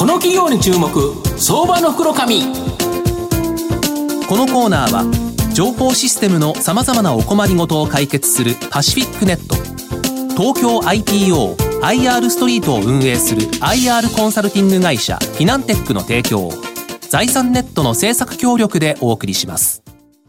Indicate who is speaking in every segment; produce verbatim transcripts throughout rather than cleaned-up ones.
Speaker 1: の企業に注目、相場の袋紙。
Speaker 2: このコーナーは情報システムのさまざまなお困りごとを解決するパシフィックネット、東京 アイピーオー アイアール ストリートを運営する アイアール コンサルティング会社フィナンテックの提供、財産ネットの制作協力でお送りします。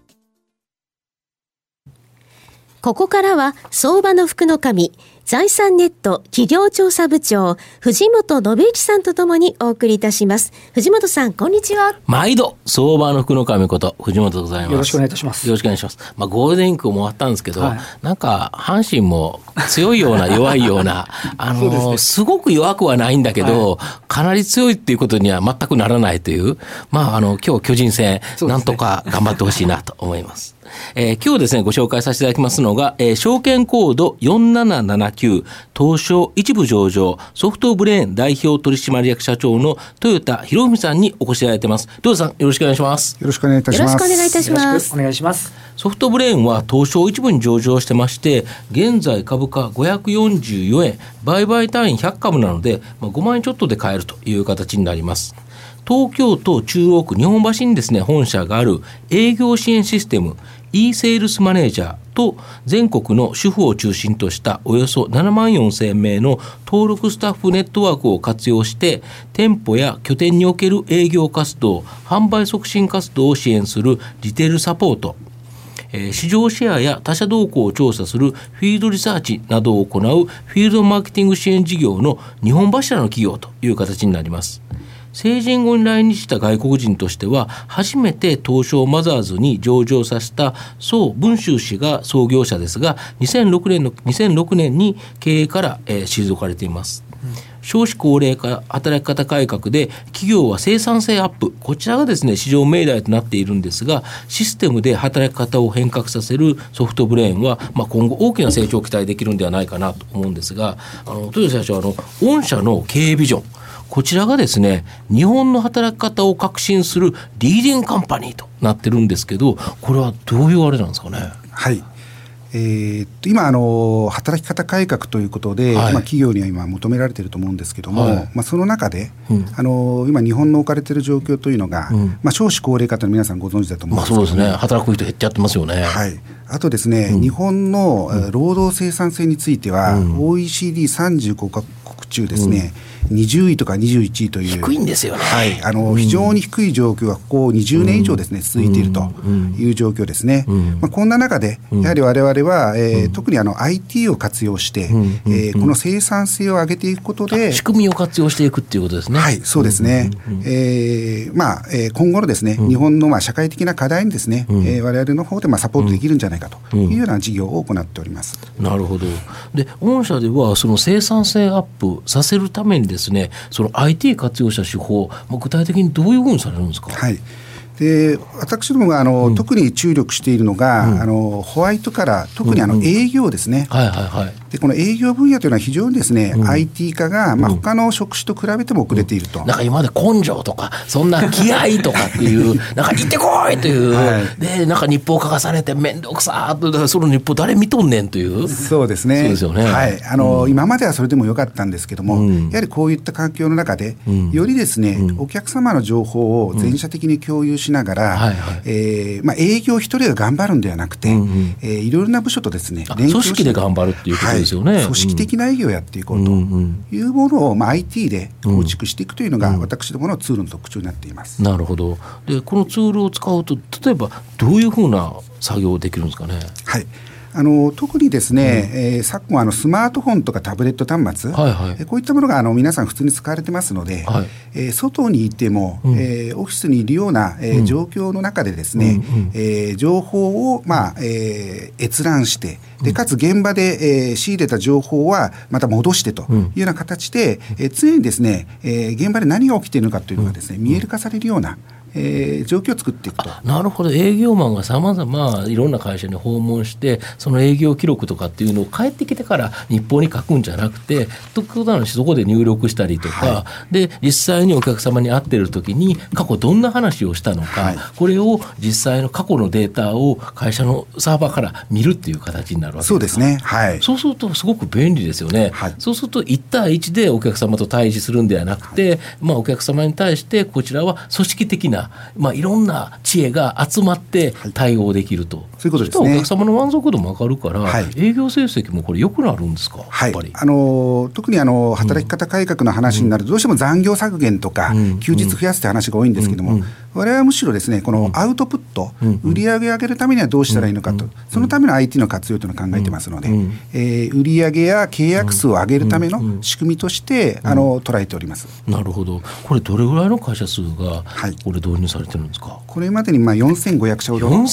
Speaker 3: ここからは相場の福の神、財産ネット企業調査部長藤本信之さんとともにお送りいたします。藤本さん、こんにちは。
Speaker 1: 毎度相場の福の神こと藤本でございます。
Speaker 4: よろしくお願いいたします。
Speaker 1: よろしくお願いします。まあ、ゴールデンウィークも終わったんですけど、
Speaker 4: はい、
Speaker 1: なんか阪神も強いような弱いようなあのーね、すごく弱くはないんだけど、はい、かなり強いっていうことには全くならないという、まあ、あの今日巨人戦、ね、なんとか頑張ってほしいなと思います。えー、今日ですねご紹介させていただきますのが、えー、証券コードよんななななきゅう東証一部上場ソフトブレーン代表取締役社長の豊田博文さんにお越しいただいてます。豊田さん、よろしくお願いします。
Speaker 5: よろしくお願いいたします。
Speaker 3: よろしくお願いいたします。よろしく
Speaker 4: お願いします。
Speaker 1: ソフトブレーンは東証一部に上場してまして、現在株価ごひゃくよんじゅうよえん、売買単位ひゃくかぶなので、まあ、ごまんえんちょっとで買えるという形になります。東京都中央区日本橋にですね本社がある営業支援システム e セールスマネージャーと全国の主婦を中心としたおよそななまんよんせんめいの登録スタッフネットワークを活用して、店舗や拠点における営業活動、販売促進活動を支援するリテールサポート、えー、市場シェアや他社動向を調査するフィールドリサーチなどを行うフィールドマーケティング支援事業の日本柱の企業という形になります。成人後に来日した外国人としては初めて東証マザーズに上場させた宋文秋氏が創業者ですが、にせんろくねんのにせんろくねんに経営から、えー、退かれています。うん、少子高齢化、働き方改革で企業は生産性アップ、こちらがですね市場命題となっているんですが、システムで働き方を変革させるソフトブレーンは、まあ、今後大きな成長を期待できるんではないかなと思うんですが、あの豊田社長、あの御社の経営ビジョン、こちらがですね日本の働き方を革新するリーディングカンパニーとなってるんですけど、これはどういうあれなんですかね。
Speaker 5: はい、えー、今あの働き方改革ということで、はい、まあ、企業には今求められていると思うんですけども、はい、まあ、その中で、うん、あの今日本の置かれている状況というのが、うん、まあ、少子高齢化というのは皆さんご存知だと思うんですけど、
Speaker 1: まあ、そうですね、働く人減っちゃってますよね。
Speaker 5: はい、あとですね、うん、日本の労働生産性については、うん、オーイーシーディーさんじゅうごかこく中ですね、うん、にじゅういとかにじゅういちいという
Speaker 1: 低いんですよね。
Speaker 5: はい、あの非常に低い状況がここにじゅうねん以上ですね、続いているという状況ですね。まあ、こんな中でやはり我々は、えー、特にあの アイティー を活用して、えー、この生産性を上げていくことで
Speaker 1: 仕組みを活用していくっていうことですね。
Speaker 5: はい、そうですね。えーまあえー、今後のですね、日本のまあ社会的な課題にですね、えー、我々の方でまあサポートできるんじゃないかというような事業を行っております。
Speaker 1: なるほど。で、御社ではその生産性アップさせるためにですね、その アイティー 活用した手法、具体的にどういうふうにされるんですか。
Speaker 5: はい、で私どもがあの、うん、特に注力しているのが、うん、あのホワイトカラー、特にあの営業ですね。でこの営業分野というのは非常にですね、うん、アイティー 化が、まあ、他の職種と比べても遅れていると、
Speaker 1: うん、なんか今まで根性とかそんな気合とかっていうなんか行ってこいという、はい、でなんか日報書かされて面倒くさーと、その日報誰見とんねんという。
Speaker 5: そうですね。
Speaker 1: そうですよね。
Speaker 5: はい、あの、うん、今まではそれでもよかったんですけども、うん、やはりこういった環境の中で、うん、よりですね、うん、お客様の情報を全社的に共有しながら、うん、はいはい、えーまあ、営業一人が頑張るんではなくて、うんうん、えー、いろいろな部署とですね
Speaker 1: 組織で頑張るっていうことですよね。
Speaker 5: はい、組織的な営業をやっていこうというものを、まあ、アイティー で構築していくというのが、うん、私どものツールの特徴になっています。
Speaker 1: なるほど。でこのツールを使うと例えばどういうふうな作業できるんですかね。
Speaker 5: はい、あの特にですね、うん、えー、昨今あのスマートフォンとかタブレット端末、はいはい、えこういったものがあの皆さん普通に使われてますので、はい、えー、外にいても、うん、えー、オフィスにいるような、えーうん、状況の中でですね、うんうん、えー、情報を、まあえー、閲覧してでかつ現場で、えー、仕入れた情報はまた戻してというような形で、うん、えー、常にですね、えー、現場で何が起きているのかというのがですね、見える化されるような、 えー、状況を作っていくと。
Speaker 1: なるほど。営業マンがさまざまいろんな会社に訪問してその営業記録とかっていうのを帰ってきてから日報に書くんじゃなくて特段そこで入力したりとか、はい、で実際にお客様に会ってる時に過去どんな話をしたのか、はい、これを実際の過去のデータを会社のサーバーから見るっていう形になるわけですか。
Speaker 5: そうですね、はい、
Speaker 1: そうするとすごく便利ですよね、はい、そうするといち対いちでお客様と対峙するんではなくて、はい、まあ、お客様に対してこちらは組織的な、まあ、いろんな知恵が集まって対応できると、はい、
Speaker 5: そういうことですね。
Speaker 1: お客様の満足度も上がるから、はい、営業成績もこれ良くなるんですか。
Speaker 5: はい、
Speaker 1: やっぱり
Speaker 5: あの特にあの働き方改革の話になるとどうしても残業削減とか、うん、休日増やすって話が多いんですけども、うんうん、我々はむしろですねこのアウトプット、うん、売り上げを上げるためにはどうしたらいいのかと、うん、そのための アイティー の活用というのを考えてますので、うん、えー、売り上げや契約数を上げるための仕組みとして、うん、あの捉えております。
Speaker 1: なるほど。これどれぐらいの会社数がこれ導入されてるんですか。
Speaker 5: はい、これまでにまあよんせんごひゃくしゃほどの、はい、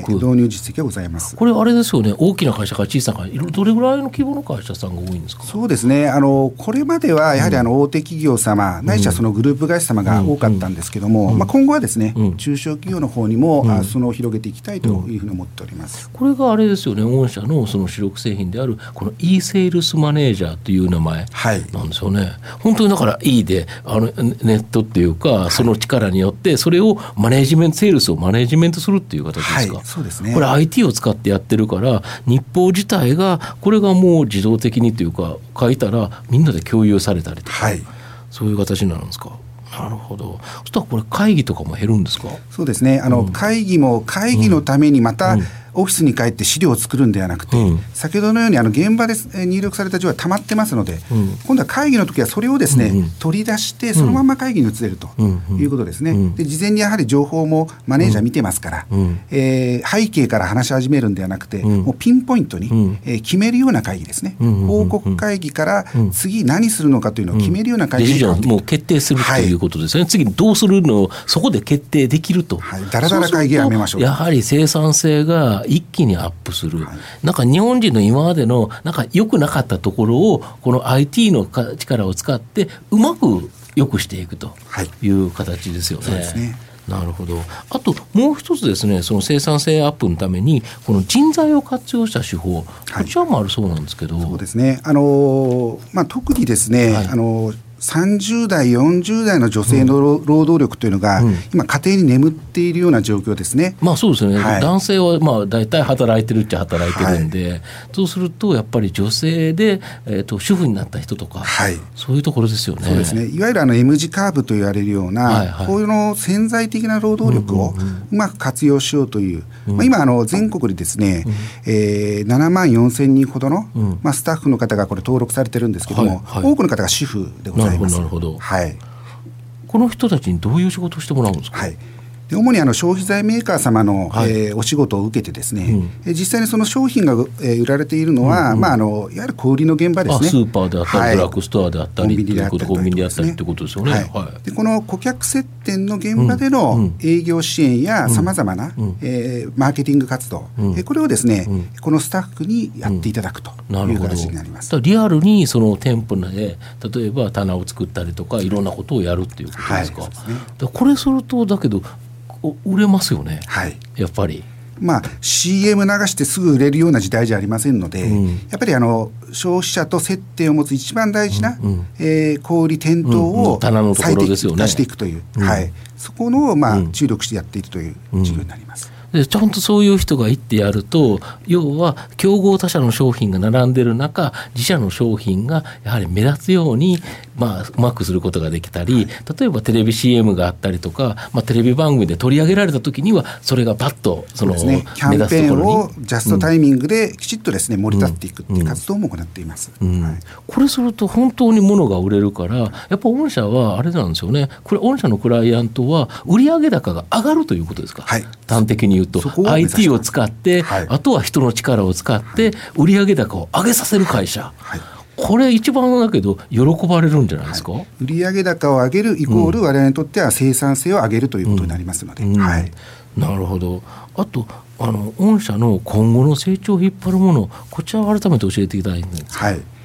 Speaker 5: 導入実績がございます。
Speaker 1: これあれですよね、大きな会社から小さな会社、どれぐらいの規模の会社さんが多いんですか。
Speaker 5: そうですね、あのこれまではやはりあの大手企業様、うん、ないしはそのグループ会社様が多かったんですけども、うん、まあ、今後はですね、うん、中小企業の方にも、うん、あその広げていきたいというふうに思っております。
Speaker 1: これがあれですよね、御社のその主力製品であるこの e セールスマネージャーという名前なんですよね、はい、本当にだから E であのネットっていうか、はい、その力によってそれをマネージメントセールスをマネージメントするっていう形ですか。
Speaker 5: はい、そうですね。
Speaker 1: これ アイティー を使ってやってるから日報自体がこれがもう自動的にというか書いたらみんなで共有されたりとか、はい、そういう形になるんですか。なるほど。そしたらこれ会議とかも減るんですか。
Speaker 5: そうですね、あの、うん、会議も会議のためにまた、うんうん、オフィスに帰って資料を作るんではなくて、うん、先ほどのようにあの現場で入力された情報が溜まってますので、うん、今度は会議の時はそれをですね、うんうん、取り出してそのまま会議に移れるということですね、うんうん、で事前にやはり情報もマネージャー見てますから、うん、えー、背景から話し始めるんではなくて、うん、もうピンポイントに、うん、えー、決めるような会議ですね、うんうんうん、報告会議から次何するのかというのを決めるような会議、
Speaker 1: デシジョンもう決定するということですね、はい、次どうするのをそこで決定できると、
Speaker 5: はい、だらだら会議はやめましょう。
Speaker 1: やはり生産性が一気にアップする、はい、なんか日本人の今までのなんか良くなかったところをこの アイティー の力を使ってうまく良くしていくという形ですよね。
Speaker 5: そうですね。
Speaker 1: なるほど。あともう一つですね、その生産性アップのためにこの人材を活用した手法、こちらもあるそうなんですけど、
Speaker 5: はい、そうですね、あの、まあ、特にですね、はい、あのさんじゅうだいよんじゅうだいの女性の労働力というのが、うん、今家庭に眠っているような状況ですね。
Speaker 1: まあそうですね、はい、男性はまあ大体働いてるっちゃ働いてるんで、はい、そうするとやっぱり女性で、えー、と主婦になった人とか、はい、そういうところですよね。
Speaker 5: そうですね、いわゆるあの エム 字カーブと言われるような、はいはい、こういうの潜在的な労働力をうまく活用しようという、うんうん、まあ、今あの全国でですね、うん、えー、ななまんよんせんにんほどの、うん、まあ、スタッフの方がこれ登録されてるんですけども、はいはい、多くの方が主婦でございます。
Speaker 1: なるほどなるほど、
Speaker 5: はい、
Speaker 1: この人たちにどういう仕事をしてもらうんですか。
Speaker 5: はい、で主にあの消費財メーカー様の、はい、えー、お仕事を受けてですね、うん、実際にその商品が、えー、売られているのは、うんうん、まあ、あのいわゆる小売りの現場ですね。
Speaker 1: スーパーであったり、はい、ドラッグストアであったりコンビニであったりコンビニであったりということですよね。はいはい、で
Speaker 5: この顧客接点の現場での営業支援やさまざまな、うん、えー、マーケティング活動、うん、えー、これをですね、うん、このスタッフにやっていただくという形になります。
Speaker 1: うん、リアルにその店舗で例えば棚を作ったりとかいろんなことをやるっていうことですか。はい、そうですね。だこれするとだけど売れますよね。はい、やっぱり。
Speaker 5: まあ、シーエム 流してすぐ売れるような時代じゃありませんので、うん、やっぱりあの消費者と接点を持つ一番大事な、うんうん、えー、小売店頭を最適化していくという、うんうん、はい、そこの、まあ、うん、注力してやっているという事業になります。
Speaker 1: でちゃんとそういう人が行ってやると、要は競合他社の商品が並んでる中、自社の商品がやはり目立つように、まあ、うまくすることができたり、はい、例えばテレビ シーエム があったりとか、まあ、テレビ番組で取り上げられた時にはそれがバッとその、
Speaker 5: ね、キャンペーンをジャストタイミングできちっとですね、盛り立っていくっていう活動も行っています。うんうん、はい、こ
Speaker 1: れすると本当に物が売れるから、やっぱ御社はあれなんですよね、これ御社のクライアントは売上高が上がるということですか。はい、端的に言うと アイティー を使って、はい、あとは人の力を使って売上高を上げさせる会社、はいはい、これ一番だけど喜ばれるんじゃないですか。はい、
Speaker 5: 売上高を上げるイコール我々にとっては生産性を上げるということになりますので、うんうん、はい、
Speaker 1: なるほど。あとあの御社の今後の成長を引っ張るもの、こちらを改めて教えていただいていいですか。
Speaker 5: はい、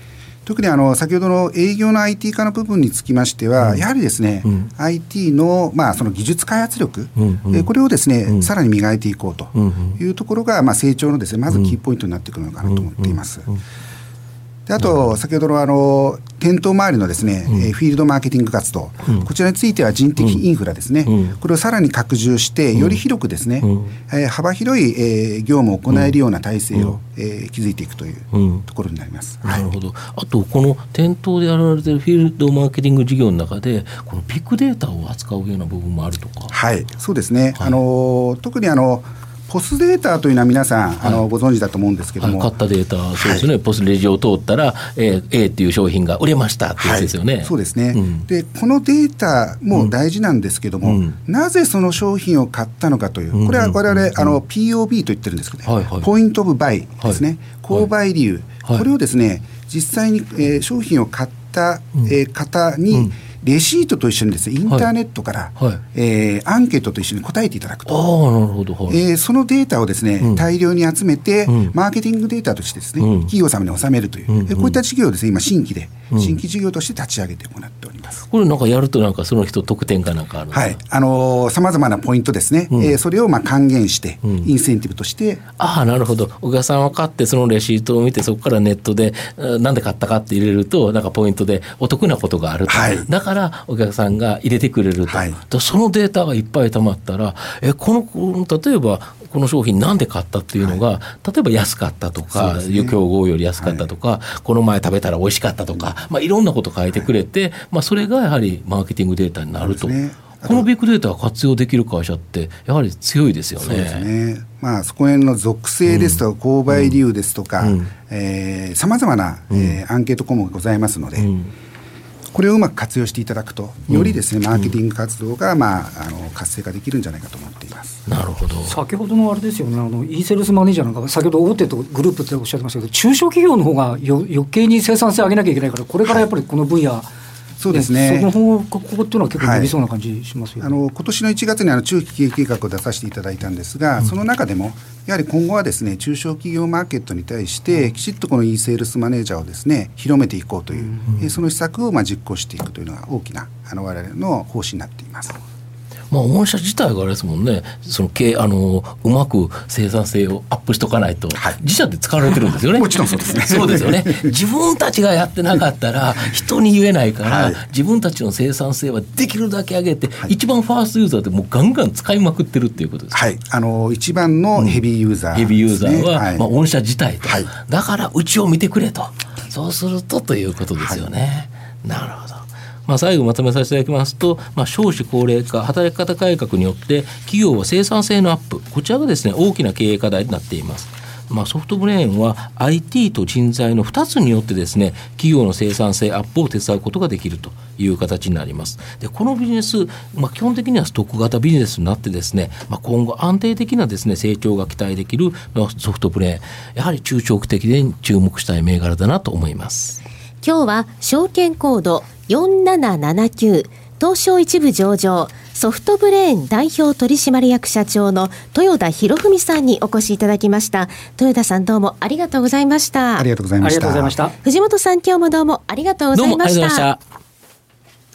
Speaker 5: 特にあの先ほどの営業の アイティー 化の部分につきましては、うん、やはりですね、うん、アイティー の、まあ、その技術開発力、うんうん、えこれをですね、うん、さらに磨いていこうというところが、まあ、成長のですねまずキーポイントになってくるのかなと思っています。であと先ほどのあの店頭周りのですね、うん、フィールドマーケティング活動、うん、こちらについては人的インフラですね、うん、これをさらに拡充してより広くですね、うんえー、幅広い、えー、業務を行えるような体制を、うんえー、築いていくというところになります、
Speaker 1: うんはい、なるほど。あとこの店頭でやられているフィールドマーケティング事業の中でこのビッグデータを扱うような部分もあるとか。
Speaker 5: はいそうですね、はい、あの特にあのポスデータというのは皆さん、はい、あのご存知だと思うんですけども、
Speaker 1: はい、買ったデータそうですね、はい、ポスレジを通ったら、えー、A っていう商品が売れましたってやつですよね、
Speaker 5: はい、そうですね、うん、でこのデータも大事なんですけども、うん、なぜその商品を買ったのかという、うん、これは我々、うん、あの ピーオービー と言ってるんですけど、ねはいはい、ポイントオブバイですね、はい、購買理由、はい、これをですね実際に、えー、商品を買った、えー、方に、うんレシートと一緒にですねインターネットから、はいはいえー、アンケートと一緒に答えていただくと。
Speaker 1: あなるほど、はい
Speaker 5: えー、そのデータをですね、うん、大量に集めて、うん、マーケティングデータとしてですね、うん、企業様に収めるという、うん、こういった事業をですね今新規で、うん、新規事業として立ち上げて行っております。
Speaker 1: これなんかやるとなんかその人特典かなんかあるんですか。
Speaker 5: はいあのさまざまなポイントですね、うんえー、それをまあ還元して、うん、インセンティブとして
Speaker 1: ああなるほど。お客さんは買ってそのレシートを見てそこからネットでなんで買ったかって入れるとなんかポイントでお得なことがあると、はい、だからお客さんが入れてくれると、はい、そのデータがいっぱい溜まったらえこの例えばこの商品なんで買ったっていうのが、はい、例えば安かったとか、ね、競合より安かったとか、はい、この前食べたら美味しかったとか、まあ、いろんなこと書いてくれて、はいまあ、それがやはりマーケティングデータになると。このビッグデータが活用できる会社ってやはり強いですよね。
Speaker 5: そうですね、まあ、そこへの属性ですとか、うん、購買理由ですとかさまざまな、うんえー、アンケート項目がございますので、うんこれをうまく活用していただくとよりですね、うん、マーケティング活動が、まあ、あの活性化できるんじゃないかと思っています。
Speaker 1: なるほど。
Speaker 4: 先ほどのあれですよね、あの e セールスマネージャーなんか先ほど大手とグループっておっしゃってましたけど中小企業の方がよ余計に生産性上げなきゃいけないからこれからやっぱりこの分野、はい
Speaker 5: そうですね、
Speaker 4: その方ここっていうのは結構伸びそうな感じしますよね、
Speaker 5: はい、あの今年のいちがつにあの中期経営計画を出させていただいたんですが、うん、その中でもやはり今後はですね中小企業マーケットに対してきちっとこの e セールスマネージャーをですね広めていこうという、うん、その施策をまあ実行していくというのが大きなあの我々の方針になっています。
Speaker 1: まあ、御社自体があれですもんね、そのあのうまく生産性をアップしとかないと、はい、自社で使われてるんですよね。
Speaker 5: もちろんそうですね。
Speaker 1: そうですよね。自分たちがやってなかったら人に言えないから、はい、自分たちの生産性はできるだけ上げて、はい、一番ファーストユーザーでもうガンガン使いまくってるっていうことですか。
Speaker 5: はい、あの一番のヘビーユーザー、
Speaker 1: うん、ヘビーユーザーは、はいまあ、御社自体と、はい、だからうちを見てくれと、そうするとということですよね、はい、なるほど。まあ、最後まとめさせていただきますと、まあ、少子高齢化、働き方改革によって企業は生産性のアップ、こちらがですね大きな経営課題になっています。まあ、ソフトブレーンは アイティー と人材のふたつによってですね企業の生産性アップを手伝うことができるという形になります。でこのビジネス、まあ、基本的にはストック型ビジネスになってですね、まあ、今後安定的なですね成長が期待できるソフトブレーン、やはり中長期的に注目したい銘柄だなと思います。
Speaker 3: 今日は証券コードよんななななきゅう東証一部上場ソフトブレーン代表取締役社長の豊田博文さんにお越しいただきました。豊田さんどうもありがとうございました。
Speaker 5: ありがとうございました。ありがとうございました。
Speaker 3: 藤本さん今日もどうもありがとうございました。どうもありがとうございました。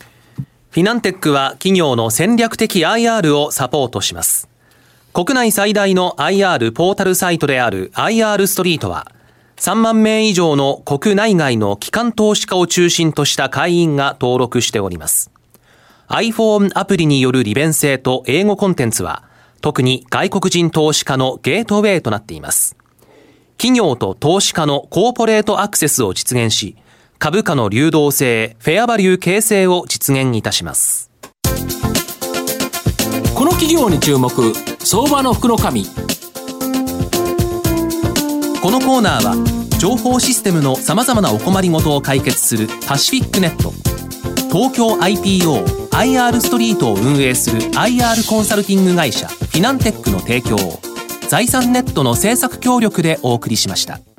Speaker 2: フィナンテックは企業の戦略的 アイアール をサポートします。国内最大の アイアール ポータルサイトである アイアール ストリートはさんまんめい以上の国内外の機関投資家を中心とした会員が登録しております。iPhone アプリによる利便性と英語コンテンツは特に外国人投資家のゲートウェイとなっています。企業と投資家のコーポレートアクセスを実現し、株価の流動性、フェアバリュー形成を実現いたします。
Speaker 1: この企業に注目、相場の福の神。
Speaker 2: このコーナーは情報システムのさまざまなお困りごとを解決するパシフィックネット、東京 アイピーオー、アイアール ストリートを運営する アイアール コンサルティング会社フィナンテックの提供を財産ネットの制作協力でお送りしました。